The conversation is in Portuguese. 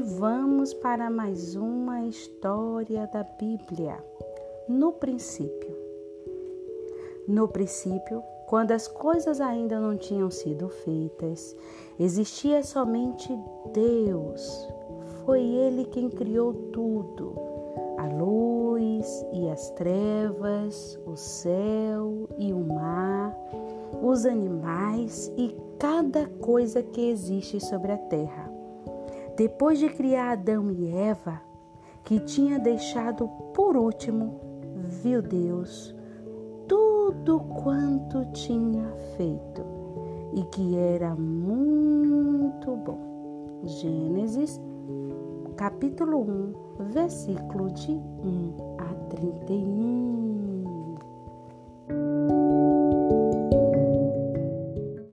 vamos para mais uma história da Bíblia. No princípio, quando as coisas ainda não tinham sido feitas, existia somente Deus. Foi Ele quem criou tudo, a luz e as trevas, o céu e o mar, os animais e cada coisa que existe sobre a terra. Depois de criar Adão e Eva, que tinha deixado por último, viu Deus tudo quanto tinha feito e que era muito bom. Gênesis, capítulo 1, versículo de 1 a 31.